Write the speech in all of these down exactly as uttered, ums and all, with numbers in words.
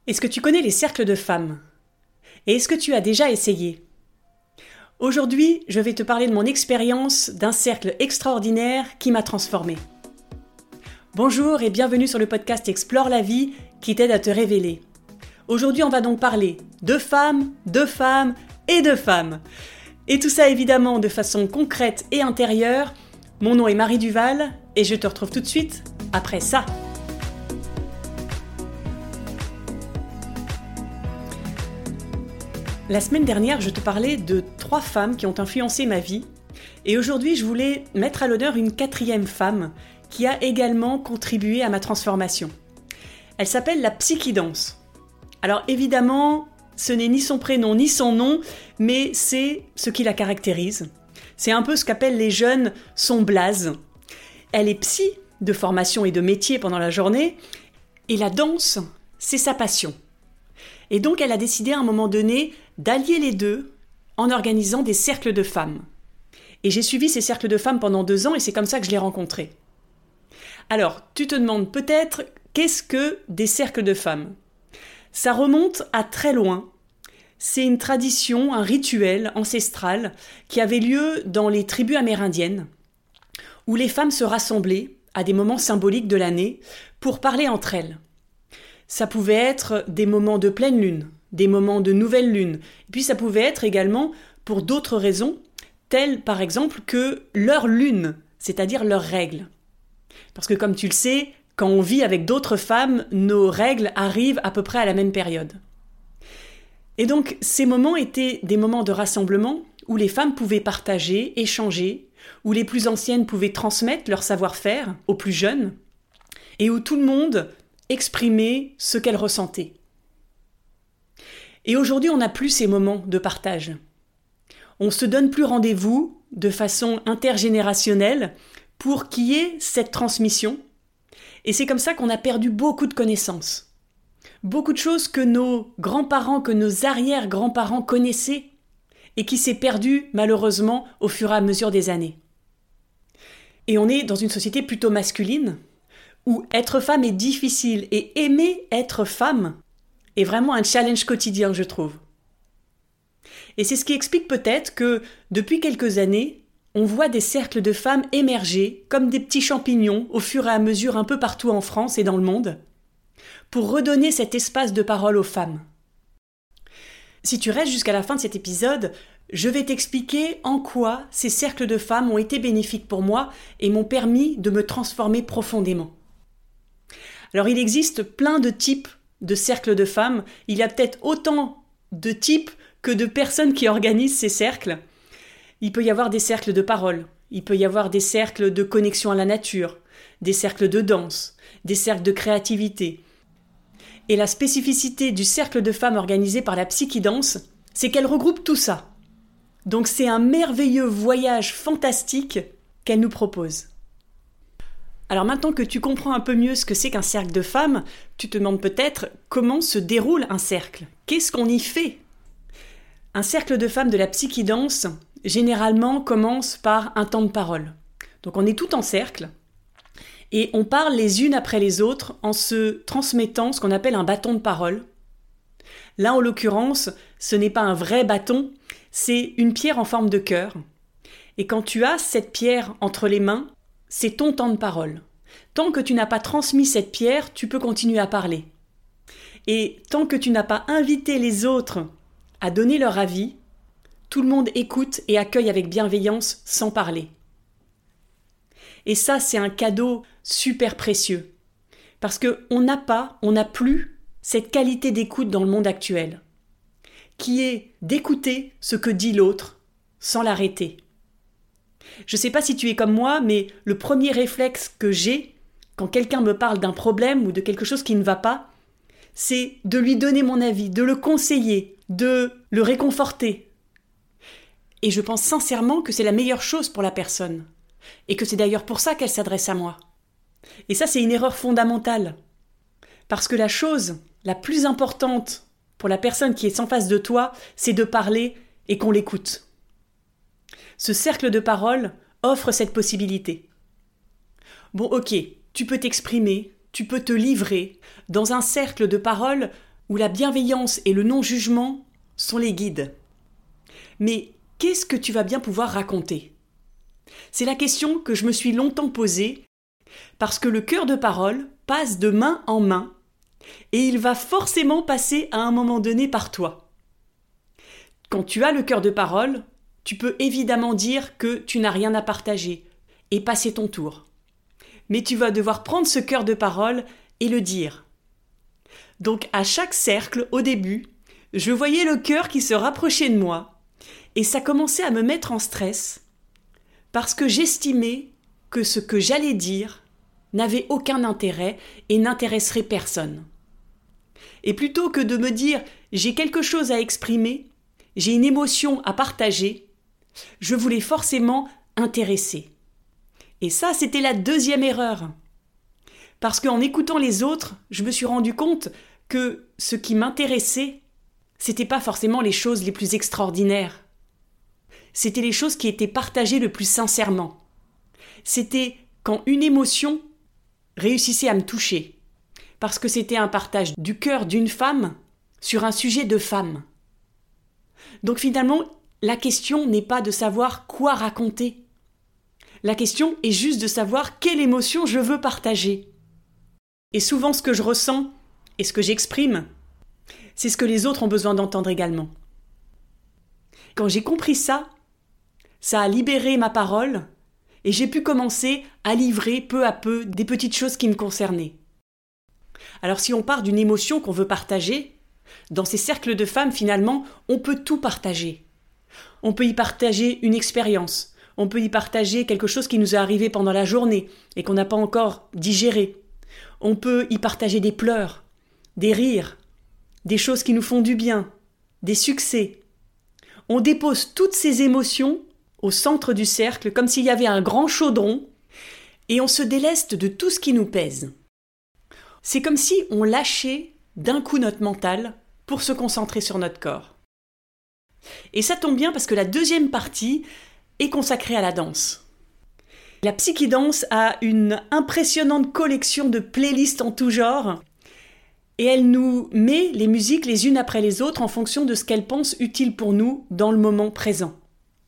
Est-ce que tu connais les cercles de femmes? Et est-ce que tu as déjà essayé? Aujourd'hui, je vais te parler de mon expérience d'un cercle extraordinaire qui m'a transformée. Bonjour et bienvenue sur le podcast Explore la vie qui t'aide à te révéler. Aujourd'hui, on va donc parler de femmes, de femmes et de femmes. Et tout ça évidemment de façon concrète et intérieure. Mon nom est Marie Duval et je te retrouve tout de suite après ça. La semaine dernière, je te parlais de trois femmes qui ont influencé ma vie. Et aujourd'hui, je voulais mettre à l'honneur une quatrième femme qui a également contribué à ma transformation. Elle s'appelle la psychidance. Alors évidemment, ce n'est ni son prénom ni son nom, mais c'est ce qui la caractérise. C'est un peu ce qu'appellent les jeunes son blaze. Elle est psy de formation et de métier pendant la journée, et la danse, c'est sa passion. Et donc elle a décidé à un moment donné d'allier les deux en organisant des cercles de femmes. Et j'ai suivi ces cercles de femmes pendant deux ans et c'est comme ça que je l'ai rencontrée. Alors, tu te demandes peut-être, qu'est-ce que des cercles de femmes? Ça remonte à très loin. C'est une tradition, un rituel ancestral qui avait lieu dans les tribus amérindiennes, où les femmes se rassemblaient à des moments symboliques de l'année pour parler entre elles. Ça pouvait être des moments de pleine lune, des moments de nouvelle lune, et puis ça pouvait être également pour d'autres raisons, telles par exemple que leur lune, c'est-à-dire leurs règles. Parce que comme tu le sais, quand on vit avec d'autres femmes, nos règles arrivent à peu près à la même période. Et donc ces moments étaient des moments de rassemblement où les femmes pouvaient partager, échanger, où les plus anciennes pouvaient transmettre leur savoir-faire aux plus jeunes, et où tout le monde exprimer ce qu'elle ressentait. Et aujourd'hui, on n'a plus ces moments de partage. On se donne plus rendez-vous de façon intergénérationnelle pour qu'il y ait cette transmission. Et c'est comme ça qu'on a perdu beaucoup de connaissances. Beaucoup de choses que nos grands-parents, que nos arrière-grands-parents connaissaient et qui s'est perdu malheureusement au fur et à mesure des années. Et on est dans une société plutôt masculine, où être femme est difficile et aimer être femme est vraiment un challenge quotidien, je trouve. Et c'est ce qui explique peut-être que, depuis quelques années, on voit des cercles de femmes émerger comme des petits champignons au fur et à mesure un peu partout en France et dans le monde, pour redonner cet espace de parole aux femmes. Si tu restes jusqu'à la fin de cet épisode, je vais t'expliquer en quoi ces cercles de femmes ont été bénéfiques pour moi et m'ont permis de me transformer profondément. Alors il existe plein de types de cercles de femmes. Il y a peut-être autant de types que de personnes qui organisent ces cercles. Il peut y avoir des cercles de parole, il peut y avoir des cercles de connexion à la nature, des cercles de danse, des cercles de créativité. Et la spécificité du cercle de femmes organisé par la psychidance, c'est qu'elle regroupe tout ça. Donc c'est un merveilleux voyage fantastique qu'elle nous propose. Alors maintenant que tu comprends un peu mieux ce que c'est qu'un cercle de femmes, tu te demandes peut-être comment se déroule un cercle. Qu'est-ce qu'on y fait? Un cercle de femmes de la psychidance, généralement, commence par un temps de parole. Donc on est tout en cercle et on parle les unes après les autres en se transmettant ce qu'on appelle un bâton de parole. Là, en l'occurrence, ce n'est pas un vrai bâton, c'est une pierre en forme de cœur. Et quand tu as cette pierre entre les mains, c'est ton temps de parole. Tant que tu n'as pas transmis cette pierre, tu peux continuer à parler. Et tant que tu n'as pas invité les autres à donner leur avis, tout le monde écoute et accueille avec bienveillance sans parler. Et ça, c'est un cadeau super précieux. Parce qu'on n'a pas, on n'a plus cette qualité d'écoute dans le monde actuel, qui est d'écouter ce que dit l'autre sans l'arrêter. Je ne sais pas si tu es comme moi, mais le premier réflexe que j'ai quand quelqu'un me parle d'un problème ou de quelque chose qui ne va pas, c'est de lui donner mon avis, de le conseiller, de le réconforter. Et je pense sincèrement que c'est la meilleure chose pour la personne. Et que c'est d'ailleurs pour ça qu'elle s'adresse à moi. Et ça, c'est une erreur fondamentale. Parce que la chose la plus importante pour la personne qui est en face de toi, c'est de parler et qu'on l'écoute. Ce cercle de parole offre cette possibilité. Bon, ok, tu peux t'exprimer, tu peux te livrer dans un cercle de parole où la bienveillance et le non-jugement sont les guides. Mais qu'est-ce que tu vas bien pouvoir raconter ? C'est la question que je me suis longtemps posée, parce que le cœur de parole passe de main en main, et il va forcément passer à un moment donné par toi. Quand tu as le cœur de parole, tu peux évidemment dire que tu n'as rien à partager, et passer ton tour. Mais tu vas devoir prendre ce cœur de parole et le dire. Donc à chaque cercle, au début, je voyais le cœur qui se rapprochait de moi, et ça commençait à me mettre en stress, parce que j'estimais que ce que j'allais dire n'avait aucun intérêt et n'intéresserait personne. Et plutôt que de me dire « j'ai quelque chose à exprimer, j'ai une émotion à partager », je voulais forcément intéresser. Et ça, c'était la deuxième erreur. Parce qu'en écoutant les autres, je me suis rendu compte que ce qui m'intéressait, c'était pas forcément les choses les plus extraordinaires. C'était les choses qui étaient partagées le plus sincèrement. C'était quand une émotion réussissait à me toucher. Parce que c'était un partage du cœur d'une femme sur un sujet de femme. Donc finalement, la question n'est pas de savoir quoi raconter. La question est juste de savoir quelle émotion je veux partager. Et souvent, ce que je ressens et ce que j'exprime, c'est ce que les autres ont besoin d'entendre également. Quand j'ai compris ça, ça a libéré ma parole et j'ai pu commencer à livrer peu à peu des petites choses qui me concernaient. Alors si on part d'une émotion qu'on veut partager, dans ces cercles de femmes, finalement, on peut tout partager. On peut y partager une expérience, on peut y partager quelque chose qui nous est arrivé pendant la journée et qu'on n'a pas encore digéré. On peut y partager des pleurs, des rires, des choses qui nous font du bien, des succès. On dépose toutes ces émotions au centre du cercle comme s'il y avait un grand chaudron et on se déleste de tout ce qui nous pèse. C'est comme si on lâchait d'un coup notre mental pour se concentrer sur notre corps. Et ça tombe bien parce que la deuxième partie est consacrée à la danse. La psy-danse a une impressionnante collection de playlists en tout genre et elle nous met les musiques les unes après les autres en fonction de ce qu'elle pense utile pour nous dans le moment présent.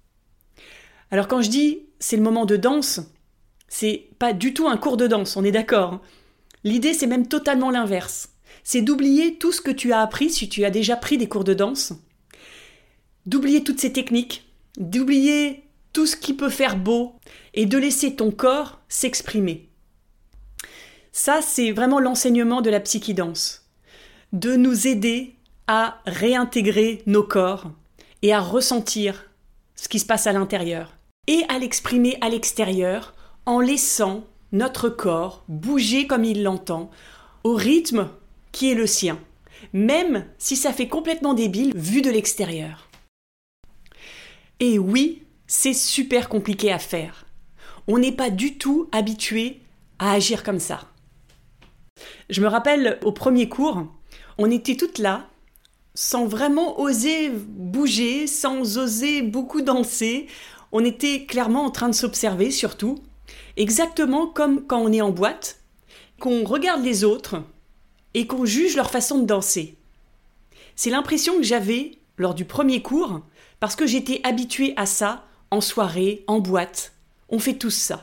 Alors quand je dis c'est le moment de danse, c'est pas du tout un cours de danse, on est d'accord. L'idée c'est même totalement l'inverse. C'est d'oublier tout ce que tu as appris si tu as déjà pris des cours de danse, d'oublier toutes ces techniques, d'oublier tout ce qui peut faire beau et de laisser ton corps s'exprimer. Ça, c'est vraiment l'enseignement de la psy-danse, de nous aider à réintégrer nos corps et à ressentir ce qui se passe à l'intérieur et à l'exprimer à l'extérieur en laissant notre corps bouger comme il l'entend au rythme qui est le sien, même si ça fait complètement débile vu de l'extérieur. Et oui, c'est super compliqué à faire. On n'est pas du tout habitué à agir comme ça. Je me rappelle au premier cours, on était toutes là, sans vraiment oser bouger, sans oser beaucoup danser. On était clairement en train de s'observer surtout, exactement comme quand on est en boîte, qu'on regarde les autres et qu'on juge leur façon de danser. C'est l'impression que j'avais lors du premier cours, parce que j'étais habituée à ça en soirée, en boîte. On fait tous ça.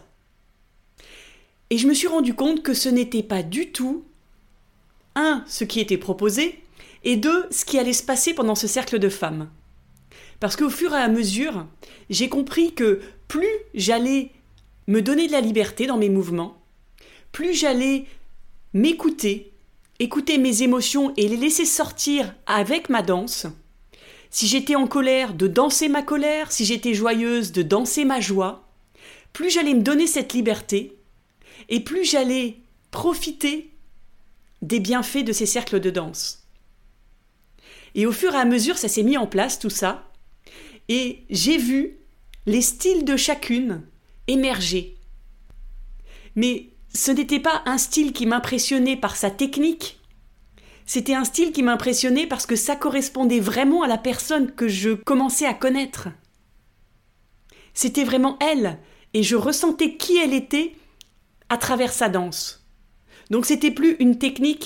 Et je me suis rendu compte que ce n'était pas du tout, un, ce qui était proposé, et deux, ce qui allait se passer pendant ce cercle de femmes. Parce qu'au fur et à mesure, j'ai compris que plus j'allais me donner de la liberté dans mes mouvements, plus j'allais m'écouter, écouter mes émotions et les laisser sortir avec ma danse. Si j'étais en colère, de danser ma colère, si j'étais joyeuse, de danser ma joie, plus j'allais me donner cette liberté et plus j'allais profiter des bienfaits de ces cercles de danse. Et au fur et à mesure, ça s'est mis en place, tout ça, et j'ai vu les styles de chacune émerger. Mais ce n'était pas un style qui m'impressionnait par sa technique, c'était un style qui m'impressionnait parce que ça correspondait vraiment à la personne que je commençais à connaître. C'était vraiment elle, et je ressentais qui elle était à travers sa danse. Donc c'était plus une technique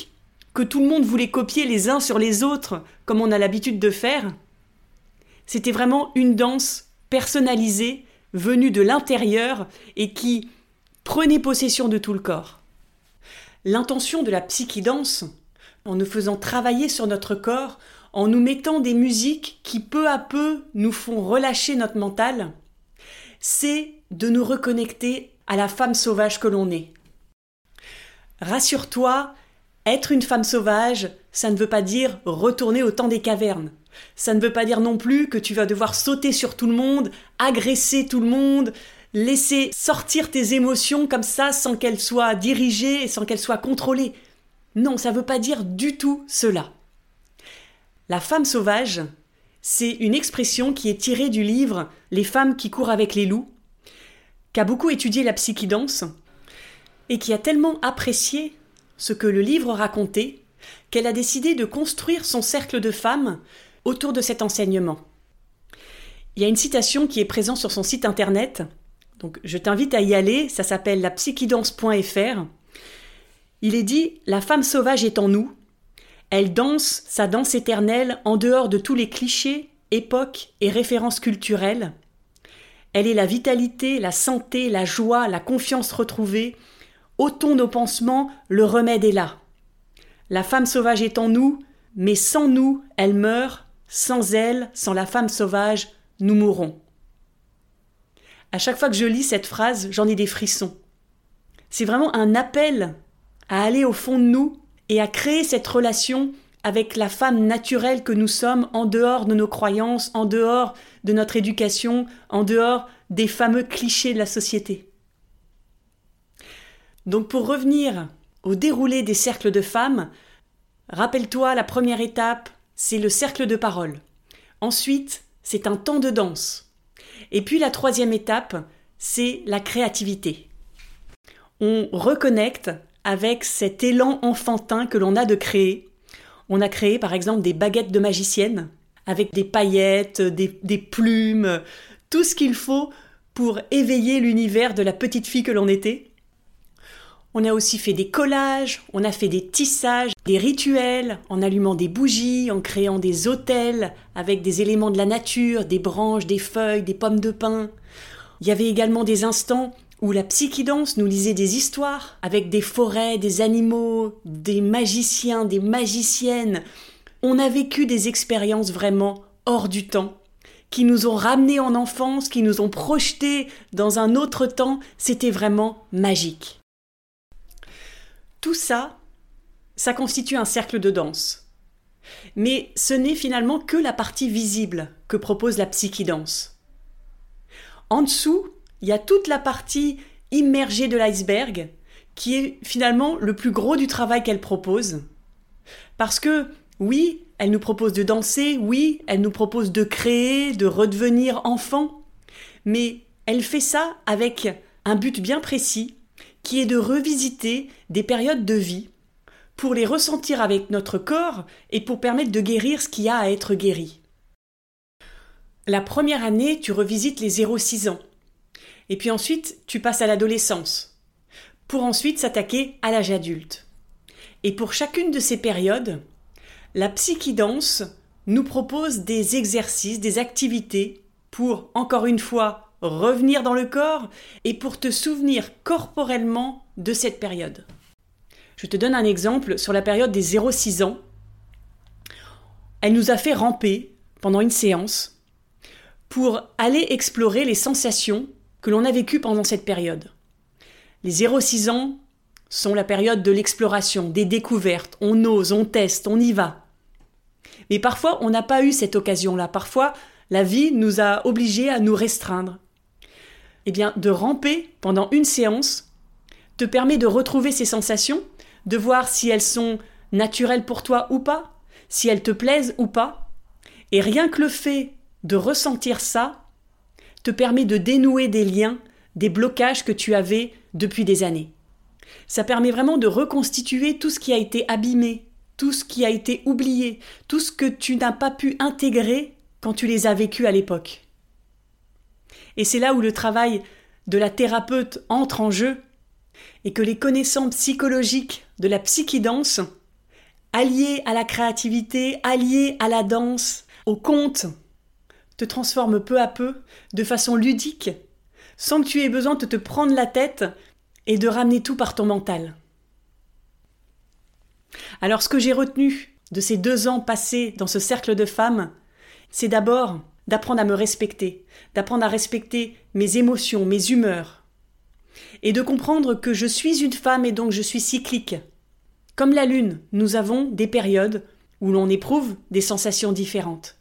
que tout le monde voulait copier les uns sur les autres, comme on a l'habitude de faire. C'était vraiment une danse personnalisée, venue de l'intérieur et qui prenait possession de tout le corps. L'intention de la psy-danse, en nous faisant travailler sur notre corps, en nous mettant des musiques qui peu à peu nous font relâcher notre mental, c'est de nous reconnecter à la femme sauvage que l'on est. Rassure-toi, être une femme sauvage, ça ne veut pas dire retourner au temps des cavernes. Ça ne veut pas dire non plus que tu vas devoir sauter sur tout le monde, agresser tout le monde, laisser sortir tes émotions comme ça sans qu'elles soient dirigées et sans qu'elles soient contrôlées. Non, ça ne veut pas dire du tout cela. La femme sauvage, c'est une expression qui est tirée du livre « Les femmes qui courent avec les loups », qu'a beaucoup étudié la psy-danse et qui a tellement apprécié ce que le livre racontait qu'elle a décidé de construire son cercle de femmes autour de cet enseignement. Il y a une citation qui est présente sur son site internet, donc je t'invite à y aller, ça s'appelle la psychidanse point f r. Il est dit « La femme sauvage est en nous. Elle danse sa danse éternelle en dehors de tous les clichés, époques et références culturelles. Elle est la vitalité, la santé, la joie, la confiance retrouvée. Ôtons nos pansements, le remède est là. La femme sauvage est en nous, mais sans nous, elle meurt. Sans elle, sans la femme sauvage, nous mourrons. » À chaque fois que je lis cette phrase, j'en ai des frissons. C'est vraiment un appel à aller au fond de nous et à créer cette relation avec la femme naturelle que nous sommes en dehors de nos croyances, en dehors de notre éducation, en dehors des fameux clichés de la société. Donc pour revenir au déroulé des cercles de femmes, rappelle-toi, la première étape, c'est le cercle de parole. Ensuite, c'est un temps de danse. Et puis la troisième étape, c'est la créativité. On reconnecte avec cet élan enfantin que l'on a de créer. On a créé par exemple des baguettes de magicienne, avec des paillettes, des, des plumes, tout ce qu'il faut pour éveiller l'univers de la petite fille que l'on était. On a aussi fait des collages, on a fait des tissages, des rituels, en allumant des bougies, en créant des autels avec des éléments de la nature, des branches, des feuilles, des pommes de pin. Il y avait également des instants où la psy-danse nous lisait des histoires avec des forêts, des animaux, des magiciens, des magiciennes. On a vécu des expériences vraiment hors du temps, qui nous ont ramenés en enfance, qui nous ont projetés dans un autre temps. C'était vraiment magique. Tout ça, ça constitue un cercle de danse. Mais ce n'est finalement que la partie visible que propose la psy-danse. En dessous, il y a toute la partie immergée de l'iceberg qui est finalement le plus gros du travail qu'elle propose. Parce que, oui, elle nous propose de danser, oui, elle nous propose de créer, de redevenir enfant, mais elle fait ça avec un but bien précis, qui est de revisiter des périodes de vie pour les ressentir avec notre corps et pour permettre de guérir ce qu'il y a à être guéri. La première année, tu revisites les zéro six ans. Et puis ensuite, tu passes à l'adolescence, pour ensuite s'attaquer à l'âge adulte. Et pour chacune de ces périodes, la psy-danse nous propose des exercices, des activités pour, encore une fois, revenir dans le corps et pour te souvenir corporellement de cette période. Je te donne un exemple sur la période des zéro six ans. Elle nous a fait ramper pendant une séance pour aller explorer les sensations que l'on a vécues pendant cette période. Les zéro six ans sont la période de l'exploration, des découvertes. On ose, on teste, on y va. Mais parfois, on n'a pas eu cette occasion-là. Parfois, la vie nous a obligés à nous restreindre. Eh bien, de ramper pendant une séance te permet de retrouver ces sensations, de voir si elles sont naturelles pour toi ou pas, si elles te plaisent ou pas. Et rien que le fait de ressentir ça te permet de dénouer des liens, des blocages que tu avais depuis des années. Ça permet vraiment de reconstituer tout ce qui a été abîmé, tout ce qui a été oublié, tout ce que tu n'as pas pu intégrer quand tu les as vécus à l'époque. Et c'est là où le travail de la thérapeute entre en jeu et que les connaissances psychologiques de la psy-danse allié à la créativité, allié à la danse, au conte, te transforme peu à peu, de façon ludique, sans que tu aies besoin de te prendre la tête et de ramener tout par ton mental. Alors ce que j'ai retenu de ces deux ans passés dans ce cercle de femmes, c'est d'abord d'apprendre à me respecter, d'apprendre à respecter mes émotions, mes humeurs, et de comprendre que je suis une femme et donc je suis cyclique. Comme la lune, nous avons des périodes où l'on éprouve des sensations différentes.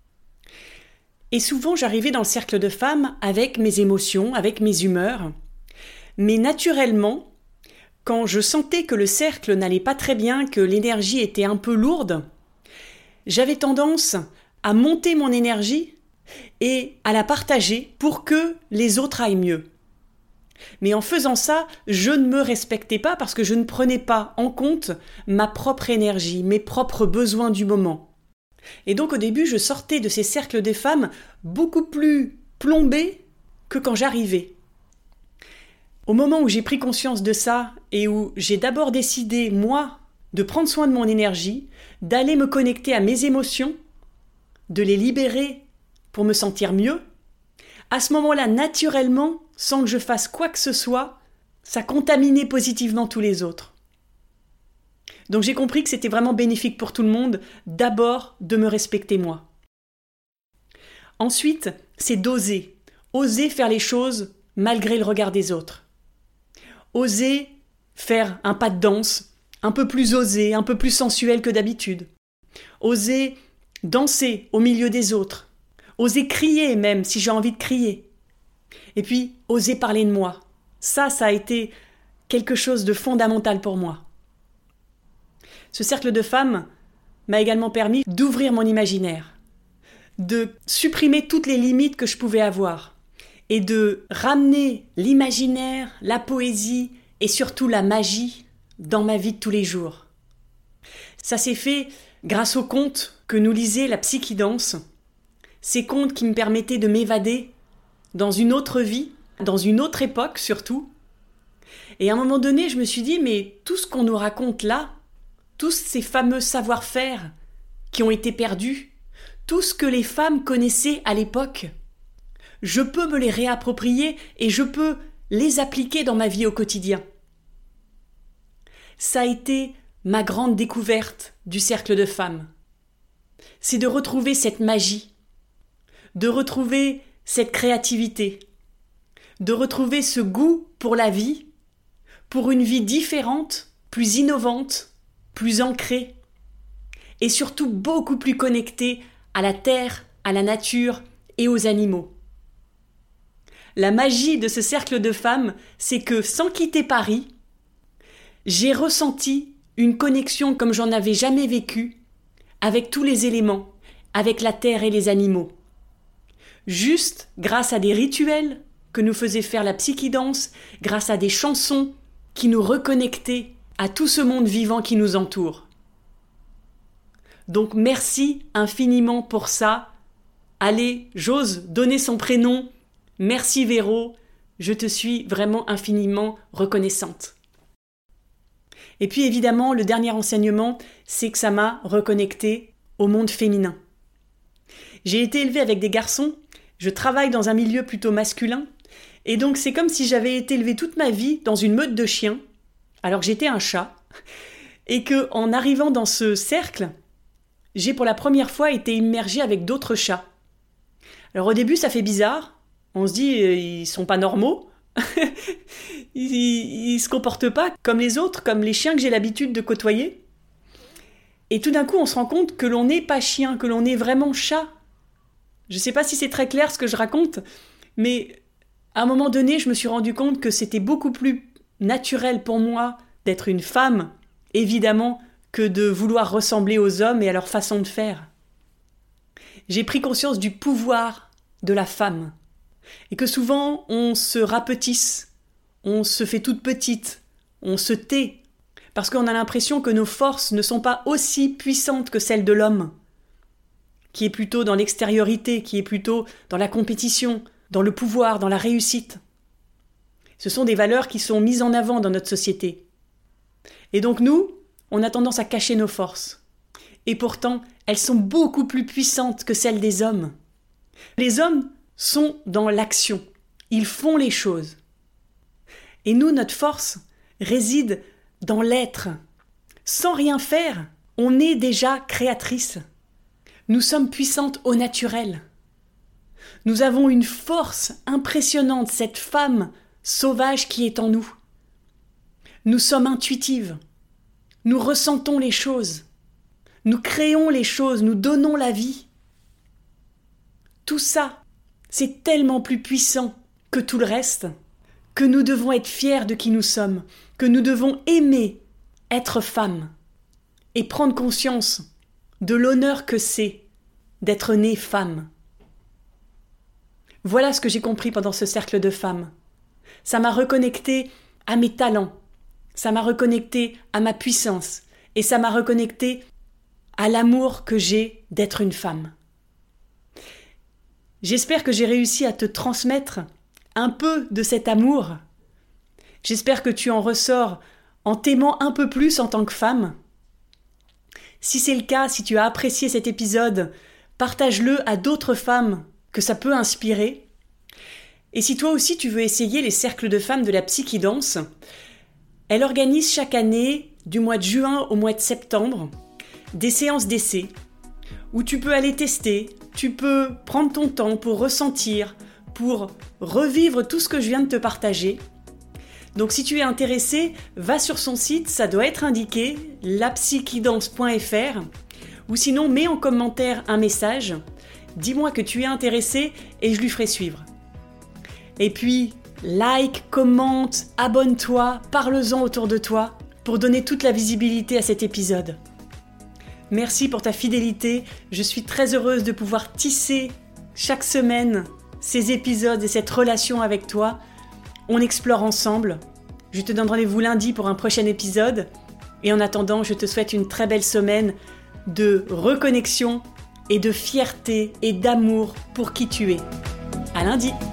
Et souvent, j'arrivais dans le cercle de femmes avec mes émotions, avec mes humeurs, mais naturellement, quand je sentais que le cercle n'allait pas très bien, que l'énergie était un peu lourde, j'avais tendance à monter mon énergie et à la partager pour que les autres aillent mieux. Mais en faisant ça, je ne me respectais pas parce que je ne prenais pas en compte ma propre énergie, mes propres besoins du moment. Et donc au début, je sortais de ces cercles de femmes beaucoup plus plombée que quand j'arrivais. Au moment où j'ai pris conscience de ça et où j'ai d'abord décidé, moi, de prendre soin de mon énergie, d'aller me connecter à mes émotions, de les libérer pour me sentir mieux, à ce moment-là, naturellement, sans que je fasse quoi que ce soit, ça contaminait positivement tous les autres. Donc j'ai compris que c'était vraiment bénéfique pour tout le monde, d'abord de me respecter moi. Ensuite, c'est d'oser. Oser faire les choses malgré le regard des autres. Oser faire un pas de danse, un peu plus osé, un peu plus sensuel que d'habitude. Oser danser au milieu des autres. Oser crier même si j'ai envie de crier. Et puis, oser parler de moi. Ça, ça a été quelque chose de fondamental pour moi. Ce cercle de femmes m'a également permis d'ouvrir mon imaginaire, de supprimer toutes les limites que je pouvais avoir et de ramener l'imaginaire, la poésie et surtout la magie dans ma vie de tous les jours. Ça s'est fait grâce aux contes que nous lisait la psychidance, ces contes qui me permettaient de m'évader dans une autre vie, dans une autre époque surtout. Et à un moment donné, je me suis dit, mais tout ce qu'on nous raconte là, tous ces fameux savoir-faire qui ont été perdus, tout ce que les femmes connaissaient à l'époque, je peux me les réapproprier et je peux les appliquer dans ma vie au quotidien. Ça a été ma grande découverte du cercle de femmes. C'est de retrouver cette magie, de retrouver cette créativité, de retrouver ce goût pour la vie, pour une vie différente, plus innovante, plus ancrée, et surtout beaucoup plus connectée à la terre, à la nature et aux animaux. La magie de ce cercle de femmes, c'est que sans quitter Paris, j'ai ressenti une connexion comme j'en avais jamais vécu avec tous les éléments, avec la terre et les animaux. Juste grâce à des rituels que nous faisait faire la psychidance, grâce à des chansons qui nous reconnectaient à tout ce monde vivant qui nous entoure. Donc merci infiniment pour ça. Allez, j'ose donner son prénom. Merci Véro, je te suis vraiment infiniment reconnaissante. Et puis évidemment, le dernier enseignement, c'est que ça m'a reconnectée au monde féminin. J'ai été élevée avec des garçons, je travaille dans un milieu plutôt masculin, et donc c'est comme si j'avais été élevée toute ma vie dans une meute de chiens, alors que j'étais un chat, et que en arrivant dans ce cercle, j'ai pour la première fois été immergée avec d'autres chats. Alors au début, ça fait bizarre, on se dit, euh, ils sont pas normaux, ils, ils, ils se comportent pas comme les autres, comme les chiens que j'ai l'habitude de côtoyer. Et tout d'un coup, on se rend compte que l'on n'est pas chien, que l'on est vraiment chat. Je sais pas si c'est très clair ce que je raconte, mais à un moment donné, je me suis rendu compte que c'était beaucoup plus naturel pour moi d'être une femme, évidemment, que de vouloir ressembler aux hommes et à leur façon de faire. J'ai pris conscience du pouvoir de la femme, et que souvent on se rapetisse, on se fait toute petite, on se tait, parce qu'on a l'impression que nos forces ne sont pas aussi puissantes que celles de l'homme, qui est plutôt dans l'extériorité, qui est plutôt dans la compétition, dans le pouvoir, dans la réussite. Ce sont des valeurs qui sont mises en avant dans notre société. Et donc nous, on a tendance à cacher nos forces. Et pourtant, elles sont beaucoup plus puissantes que celles des hommes. Les hommes sont dans l'action. Ils font les choses. Et nous, notre force réside dans l'être. Sans rien faire, on est déjà créatrice. Nous sommes puissantes au naturel. Nous avons une force impressionnante, cette femme sauvage qui est en nous. Nous sommes intuitives. Nous ressentons les choses. Nous créons les choses, nous donnons la vie. Tout ça, c'est tellement plus puissant que tout le reste, que nous devons être fiers de qui nous sommes, que nous devons aimer être femmes et prendre conscience de l'honneur que c'est d'être née femme. Voilà ce que j'ai compris pendant ce cercle de femmes. Ça m'a reconnecté à mes talents, ça m'a reconnecté à ma puissance et ça m'a reconnecté à l'amour que j'ai d'être une femme. J'espère que j'ai réussi à te transmettre un peu de cet amour. J'espère que tu en ressors en t'aimant un peu plus en tant que femme. Si c'est le cas, si tu as apprécié cet épisode, partage-le à d'autres femmes que ça peut inspirer. Et si toi aussi tu veux essayer les cercles de femmes de la Psy qui danse, elle organise chaque année, du mois de juin au mois de septembre, des séances d'essai où tu peux aller tester, tu peux prendre ton temps pour ressentir, pour revivre tout ce que je viens de te partager. Donc si tu es intéressé, va sur son site, ça doit être indiqué, la psy qui danse point f r, ou sinon mets en commentaire un message, dis-moi que tu es intéressé et je lui ferai suivre. Et puis, like, commente, abonne-toi, parle-en autour de toi pour donner toute la visibilité à cet épisode. Merci pour ta fidélité, je suis très heureuse de pouvoir tisser chaque semaine ces épisodes et cette relation avec toi. On explore ensemble. Je te donne rendez-vous lundi pour un prochain épisode. Et en attendant, je te souhaite une très belle semaine de reconnexion et de fierté et d'amour pour qui tu es. À lundi!